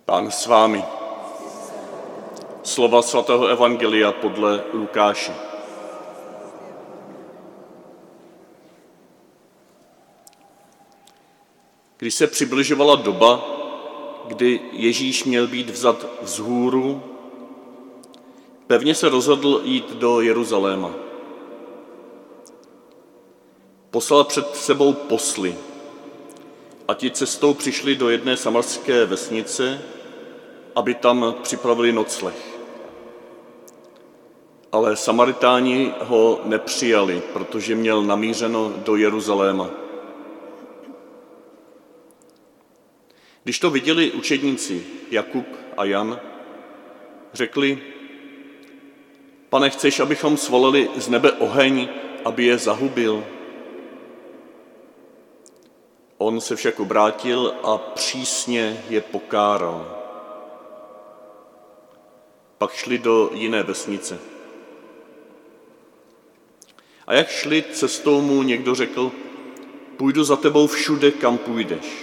Pán s vámi. Slova svatého evangelia podle Lukáše. Když se přibližovala doba, kdy Ježíš měl být vzat vzhůru, pevně se rozhodl jít do Jeruzaléma. Poslal před sebou posly a ti cestou přišli do jedné samarské vesnice, aby tam připravili nocleh. Ale Samaritáni ho nepřijali, protože měl namířeno do Jeruzaléma. Když to viděli učedníci Jakub a Jan, řekli: Pane, chceš, abychom svolali z nebe oheň, aby je zahubil? On se však obrátil a přísně je pokáral. Pak šli do jiné vesnice. A jak šli cestou, mu někdo řekl: Půjdu za tebou všude, kam půjdeš.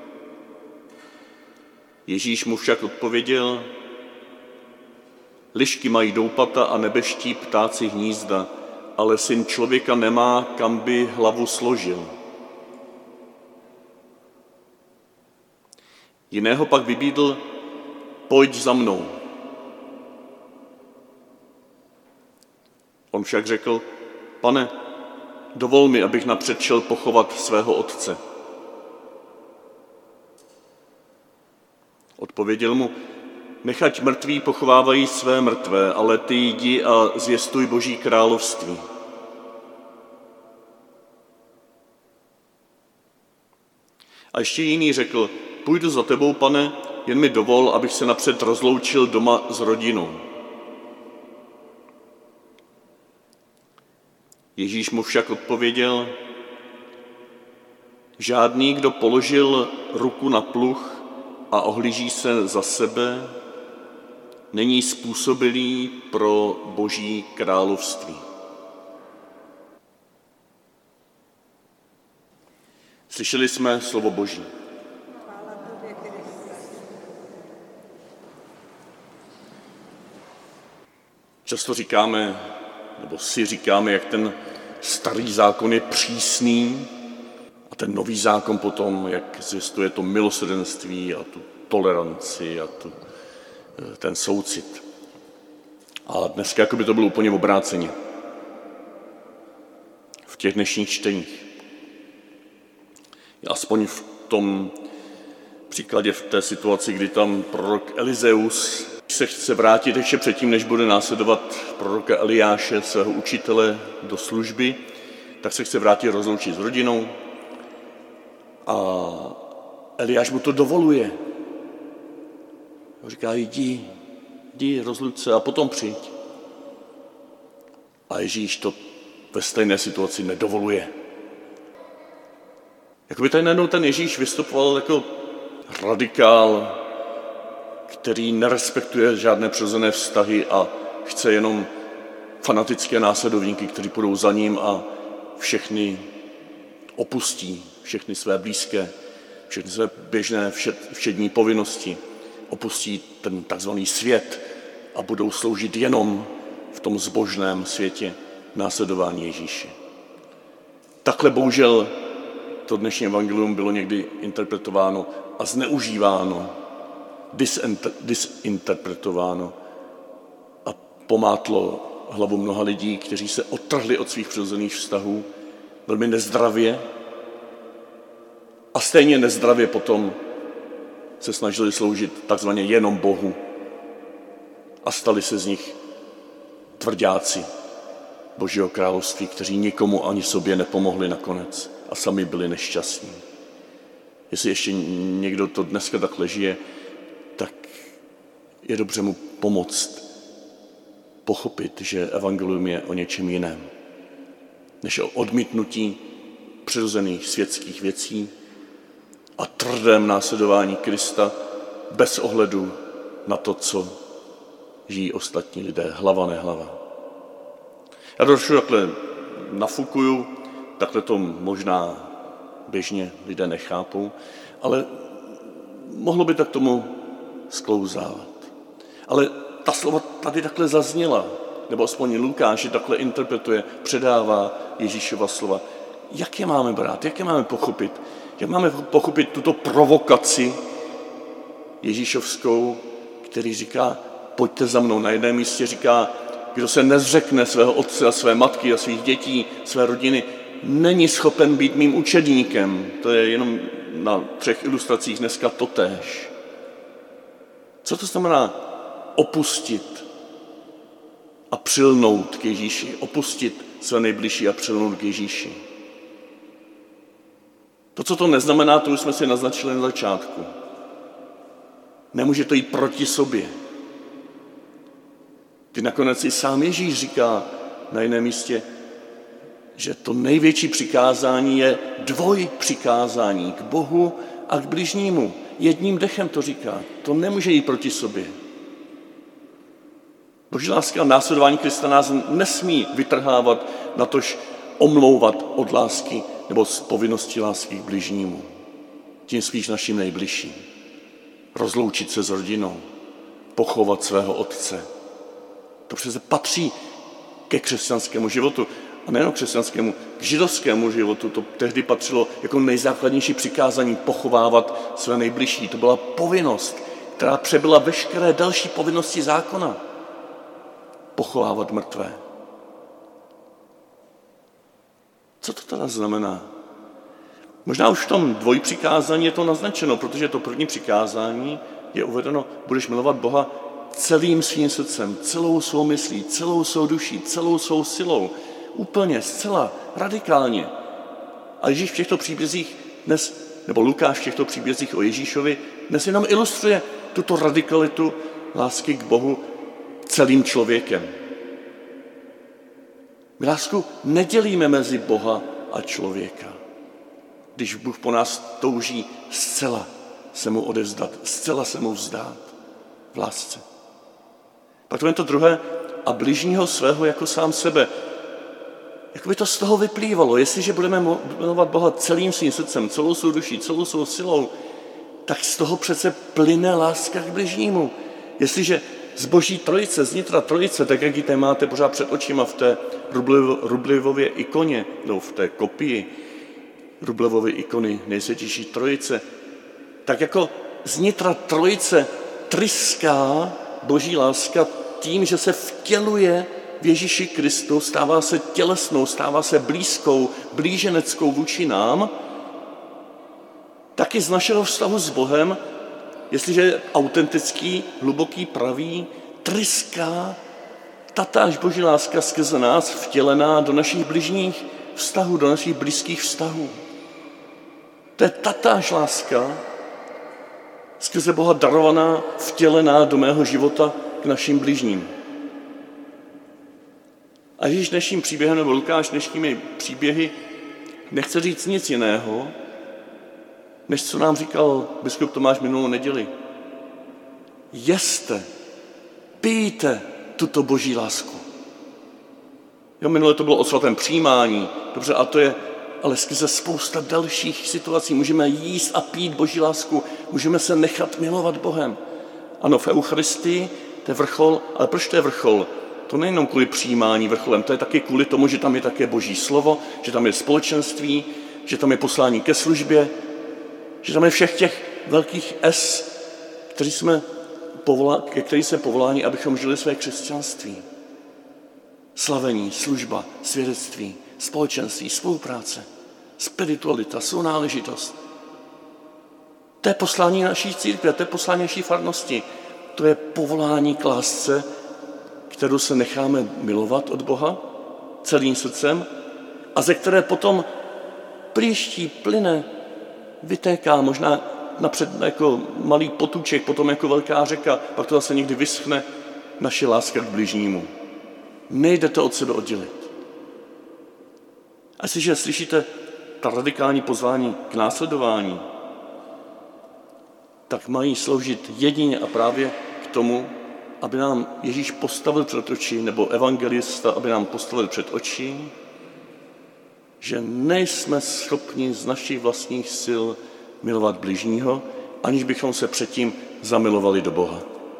Ježíš mu však odpověděl: Lišky mají doupata a nebeští ptáci hnízda, ale Syn člověka nemá, kam by hlavu složil. Jiného pak vybídl: Pojď za mnou. On však řekl: Pane, dovol mi, abych napřed šel pochovat svého otce. Odpověděl mu: Nechať mrtví pochovávají své mrtvé, ale ty jdi a zvěstuj Boží království. A ještě jiný řekl: Půjdu za tebou, Pane, jen mi dovol, abych se napřed rozloučil doma s rodinou. Ježíš mu však odpověděl: Žádný, kdo položil ruku na pluh a ohlíží se za sebe, není způsobilý pro Boží království. Slyšeli jsme slovo Boží. Často říkáme, nebo si říkáme, jak ten starý zákon je přísný a ten nový zákon potom, jak zvěstuje to milosrdenství a tu toleranci a ten soucit. A dneska jako by to bylo úplně obráceně. V těch dnešních čteních. Aspoň v tom příkladě, v té situaci, kdy tam prorok Elizeus se chce vrátit ještě předtím, než bude následovat proroka Eliáše, svého učitele, do služby, tak se chce vrátit rozloučit s rodinou a Eliáš mu to dovoluje. Říká: jdi, rozluč se a potom přijď. A Ježíš to ve stejné situaci nedovoluje. Jakoby tady najednou ten Ježíš vystupoval jako radikál, který nerespektuje žádné přirozené vztahy a chce jenom fanatické následovníky, kteří půjdou za ním a všechny opustí, všechny své blízké, všechny své běžné všední povinnosti, opustí ten takzvaný svět a budou sloužit jenom v tom zbožném světě následování Ježíše. Takhle bohužel to dnešní evangelium bylo někdy interpretováno a zneužíváno, disinterpretováno a pomátlo hlavu mnoha lidí, kteří se odtrhli od svých přirozených vztahů velmi nezdravě a stejně nezdravě potom se snažili sloužit takzvaně jenom Bohu a stali se z nich tvrďáci Božího království, kteří nikomu ani sobě nepomohli nakonec a sami byli nešťastní. Jestli ještě někdo to dneska takhle žije, tak je dobře mu pomoct pochopit, že evangelium je o něčem jiném, než o odmítnutí přirozených světských věcí a tvrdém následování Krista bez ohledu na to, co žijí ostatní lidé, hlava nehlava. Já to trošku takhle nafukuju, takhle to možná běžně lidé nechápou, ale mohlo by tak tomu sklouzávat. Ale ta slova tady takhle zazněla, nebo aspoň Lukáš je takhle interpretuje, předává Ježíšova slova. Jak je máme brát, jak je máme pochopit? Jak máme pochopit tuto provokaci Ježíšovskou, který říká, pojďte za mnou. Na jednom místě říká, kdo se nezřekne svého otce a své matky a svých dětí, své rodiny, není schopen být mým učedníkem. To je jenom na 3 ilustracích dneska totéž. Co to znamená opustit a přilnout k Ježíši? Opustit své nejbližší a přilnout k Ježíši. To, co to neznamená, to už jsme si naznačili na začátku. Nemůže to jít proti sobě. Ty nakonec i sám Ježíš říká na jiném místě, že to největší přikázání je dvojpřikázání k Bohu a k bližnímu. Jedním dechem to říká. To nemůže jít proti sobě. Boží láska a následování Krista nás nesmí vytrhávat, natož omlouvat od lásky nebo z povinnosti lásky k bližnímu. Tím spíš našim nejbližším. Rozloučit se s rodinou, pochovat svého otce. To přece patří ke křesťanskému životu. A nejen křesťanskému, k židovskému životu. To tehdy patřilo jako nejzákladnější přikázání pochovávat své nejbližší. To byla povinnost, která přebyla veškeré další povinnosti zákona. Pochovávat mrtvé. Co to teda znamená? Možná už v tom dvojpřikázání je to naznačeno, protože to první přikázání je uvedeno, budeš milovat Boha celým svým srdcem, celou svou myslí, celou svou duší, celou svou silou. Úplně, zcela, radikálně. A Ježíš v těchto příbězích dnes, nebo Lukáš v těchto příbězích o Ježíšovi dnes jenom ilustruje tuto radikalitu lásky k Bohu celým člověkem. My lásku nedělíme mezi Boha a člověka. Když Bůh po nás touží zcela se mu odevzdat, zcela se mu vzdát v lásce. Pak to je to druhé, a bližního svého jako sám sebe. Jak by to z toho vyplývalo? Jestliže budeme milovat Boha celým svým srdcem, celou svou duší, celou svou silou, tak z toho přece plyne láska k bližnímu. Jestliže z Boží trojice, z nitra trojice, tak jak ji tady máte pořád před očima v té Rublevově ikoně, no v té kopii Rublevovy ikony nejsvětější trojice, tak jako z nitra trojice tryská Boží láska tím, že se vtěluje v Ježíši Kristu, stává se tělesnou, stává se blízkou, blíženeckou vůči nám, taky z našeho vztahu s Bohem, jestliže je autentický, hluboký, pravý, tryská tatáž Boží láska skrze nás vtělená do našich bližních vztahů, do našich blízkých vztahů. To je tatáž láska skrze Boha darovaná, vtělená do mého života k našim bližním. A Ježíš dnešním příběhem, nebo Lukáš dnešními příběhy nechce říct nic jiného, než co nám říkal biskup Tomáš minulou neděli. Jeste, pijte tuto Boží lásku. Jo, minule to bylo o svatém přijímání, dobře, a to je ale skrze spousta dalších situací. Můžeme jíst a pít Boží lásku, můžeme se nechat milovat Bohem. Ano, v Eucharistii to je vrchol, ale proč to je vrchol? To nejenom kvůli přijímání vrcholem, to je taky kvůli tomu, že tam je také Boží slovo, že tam je společenství, že tam je poslání ke službě, že tam je všech těch velkých S, ke kterým jsme povoláni, abychom žili své křesťanství. Slavení, služba, svědectví, společenství, spolupráce, spiritualita, sounáležitost. To je poslání naší církve, to je poslání naší farnosti. To je povolání k lásce, kterou se necháme milovat od Boha celým srdcem a ze které potom příští, plyne, vytéká, možná napřed jako malý potůček, potom jako velká řeka, pak to zase někdy vyschne, naše láska k bližnímu. Nejde to od sebe oddělit. A jestliže slyšíte ta radikální pozvání k následování, tak mají sloužit jedině a právě k tomu, aby nám Ježíš postavil před oči, nebo evangelista, aby nám postavil před oči, že nejsme schopni z našich vlastních sil milovat bližního, aniž bychom se předtím zamilovali do Boha.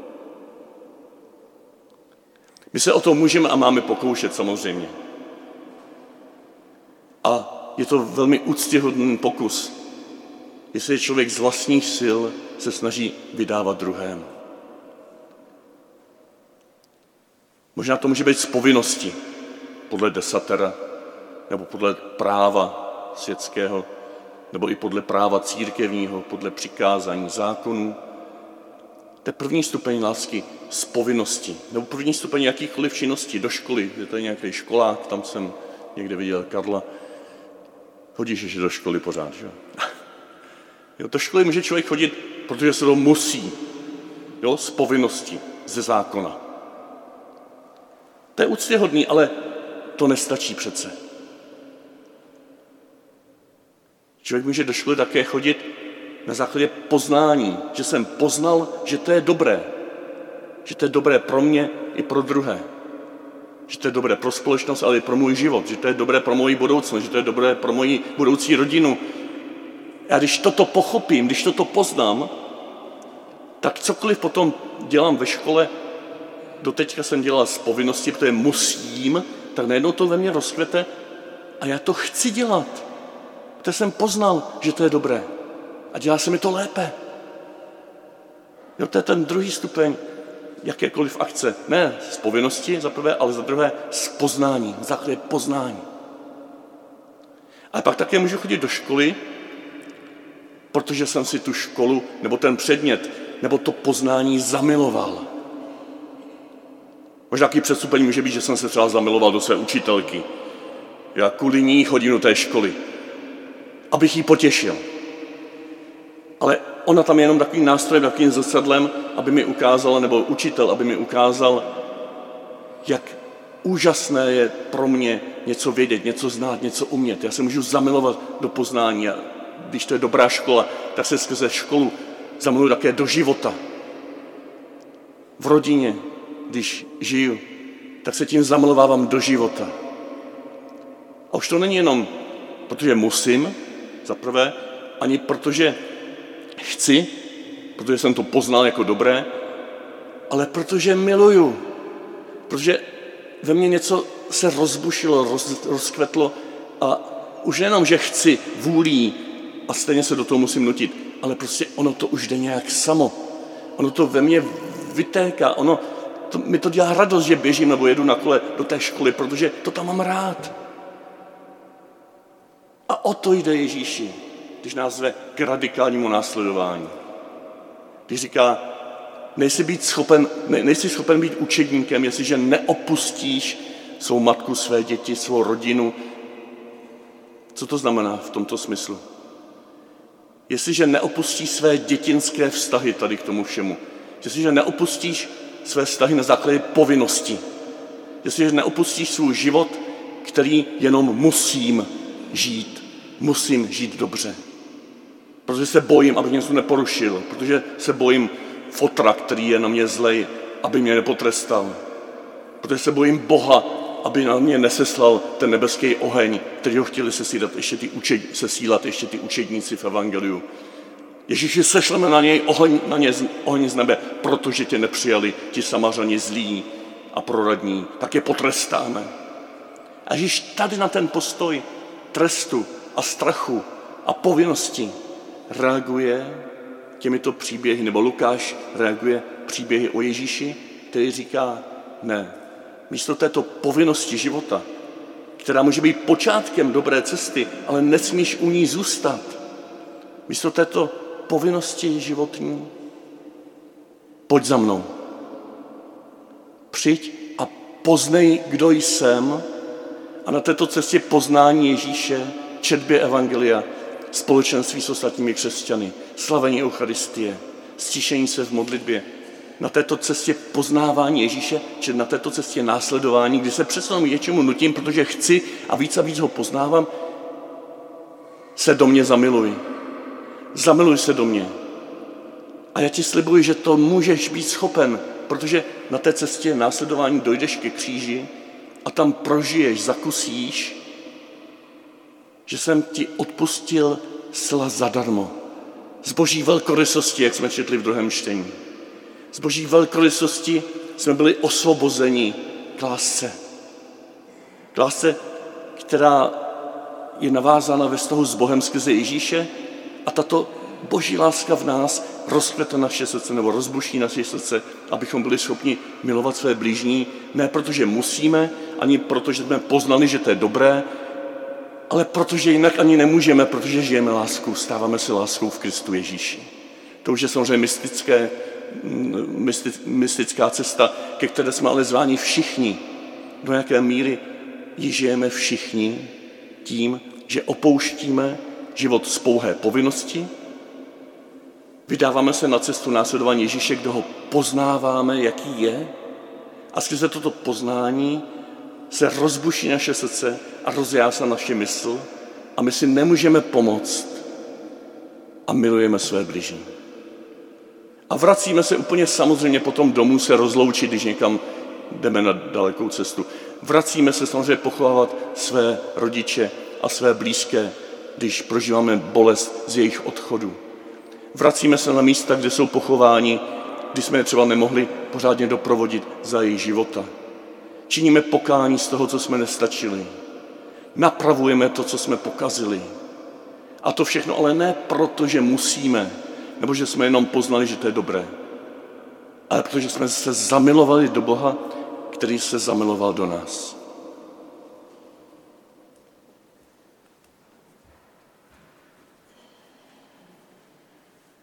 My se o to můžeme a máme pokoušet samozřejmě. A je to velmi úctyhodný pokus, jestli člověk z vlastních sil se snaží vydávat druhému. Možná to může být z povinnosti, podle desatera, nebo podle práva světského, nebo i podle práva církevního, podle přikázání zákonů. To je první stupeň lásky z povinnosti, nebo první stupeň jakýchkoliv činností do školy. Je tady nějaký školák, tam jsem někde viděl Karla. Chodíš ještě do školy pořád, že? Jo, do školy může člověk chodit, protože se to musí, jo, z povinnosti, ze zákona. To je úctyhodný, ale to nestačí přece. Člověk může do školy také chodit na základě poznání, že jsem poznal, že to je dobré. Že to je dobré pro mě i pro druhé. Že to je dobré pro společnost, ale i pro můj život. Že to je dobré pro moji budoucnost, že to je dobré pro moji budoucí rodinu. A když toto pochopím, když toto poznám, tak cokoliv potom dělám ve škole, doteďka jsem dělal z povinnosti, protože musím, tak najednou to ve mně rozkvete a já to chci dělat. Protože jsem poznal, že to je dobré. A dělá se mi to lépe. Jo, to je ten druhý stupeň jakékoliv akce. Ne z povinnosti za prvé, ale za druhé z poznání. Základě poznání. Ale pak také můžu chodit do školy, protože jsem si tu školu, nebo ten předmět, nebo to poznání zamiloval. Možná takový předstupeň může být, že jsem se třeba zamiloval do své učitelky. Já kvůli ní chodím do té školy, abych ji potěšil. Ale ona tam je jenom takovým nástrojem, takovým zrcadlem, aby mi ukázala, nebo učitel, aby mi ukázal, jak úžasné je pro mě něco vědět, něco znát, něco umět. Já se můžu zamilovat do poznání a když to je dobrá škola, tak se skrze školu zamiluji také do života. V rodině, když žiju, tak se tím zamilovávám do života. A už to není jenom, protože musím, za prvé, ani protože chci, protože jsem to poznal jako dobré, ale protože miluju. Protože ve mně něco se rozbušilo, rozkvetlo a už jenom, že chci vůlí a stejně se do toho musím nutit, ale prostě ono to už jde nějak samo. Ono to ve mně vytéká, mi to dělá radost, že běžím nebo jedu na kole do té školy, protože to tam mám rád. A o to jde Ježíši, když nás zve k radikálnímu následování. Když říká, nejsi schopen být učedníkem, jestliže neopustíš svou matku, své děti, svou rodinu. Co to znamená v tomto smyslu? Jestliže neopustíš své dětinské vztahy tady k tomu všemu, jestliže neopustíš své vztahy na základě povinnosti, jestliže neopustíš svůj život, který jenom musím žít dobře. Protože se bojím, aby mě něco neporušil, protože se bojím fotra, který je na mě zlej, aby mě nepotrestal. Protože se bojím Boha, aby na mě neseslal ten nebeský oheň, který ho chtěli sesílat ještě ty učedníci v evangeliu. Ježíši, sešleme na něj oheň z nebe, protože tě nepřijali ti Samařani zlí a proradní, tak je potrestáme. A Ježíš tady na ten postoj trestu a strachu a povinnosti reaguje těmito příběhy, nebo Lukáš reaguje příběhy o Ježíši, který říká, ne, místo této povinnosti života, která může být počátkem dobré cesty, ale nesmíš u ní zůstat. Místo této povinnosti životní, pojď za mnou. Přijď a poznej, kdo jsem, a na této cestě poznání Ježíše, četbě evangelia, společenství s ostatními křesťany, slavení Eucharistie, stišení se v modlitbě, na této cestě poznávání Ježíše, či na této cestě následování, kdy se přesnou něčemu nutím, protože chci a víc ho poznávám, se do mě zamiluj. Zamiluj se do mě. A já ti slibuji, že to můžeš být schopen, protože na té cestě následování dojdeš ke kříži a tam prožiješ, zakusíš, že jsem ti odpustil zcela zadarmo. Z boží velkorysosti, jak jsme četli v druhém čtení. Z boží velkorysosti jsme byli osvobozeni k lásce. K lásce, která je navázána ve vztahu s Bohem skrze Ježíše a tato boží láska v nás rozkvete naše srdce nebo rozbuší naše srdce, abychom byli schopni milovat své blížní, ne protože musíme, ani protože jsme poznali, že to je dobré, ale protože jinak ani nemůžeme, protože žijeme láskou, stáváme se láskou v Kristu Ježíši. To už je samozřejmě mystická cesta, ke které jsme ale zváni všichni. Do jaké míry ji žijeme všichni tím, že opouštíme život z pouhé povinnosti, vydáváme se na cestu následování Ježíše, kde ho poznáváme, jaký je, a skrze toto poznání se rozbuší naše srdce a rozjásá naše mysl a my si nemůžeme pomoct a milujeme své bližní. A vracíme se úplně samozřejmě potom domů se rozloučit, když někam jdeme na dalekou cestu. Vracíme se samozřejmě pochovávat své rodiče a své blízké, když prožíváme bolest z jejich odchodu. Vracíme se na místa, kde jsou pochováni, kdy jsme je třeba nemohli pořádně doprovodit za jejich života. Činíme pokání z toho, co jsme nestačili. Napravujeme to, co jsme pokazili. A to všechno ale ne proto, že musíme, nebo že jsme jenom poznali, že to je dobré, ale protože jsme se zamilovali do Boha, který se zamiloval do nás.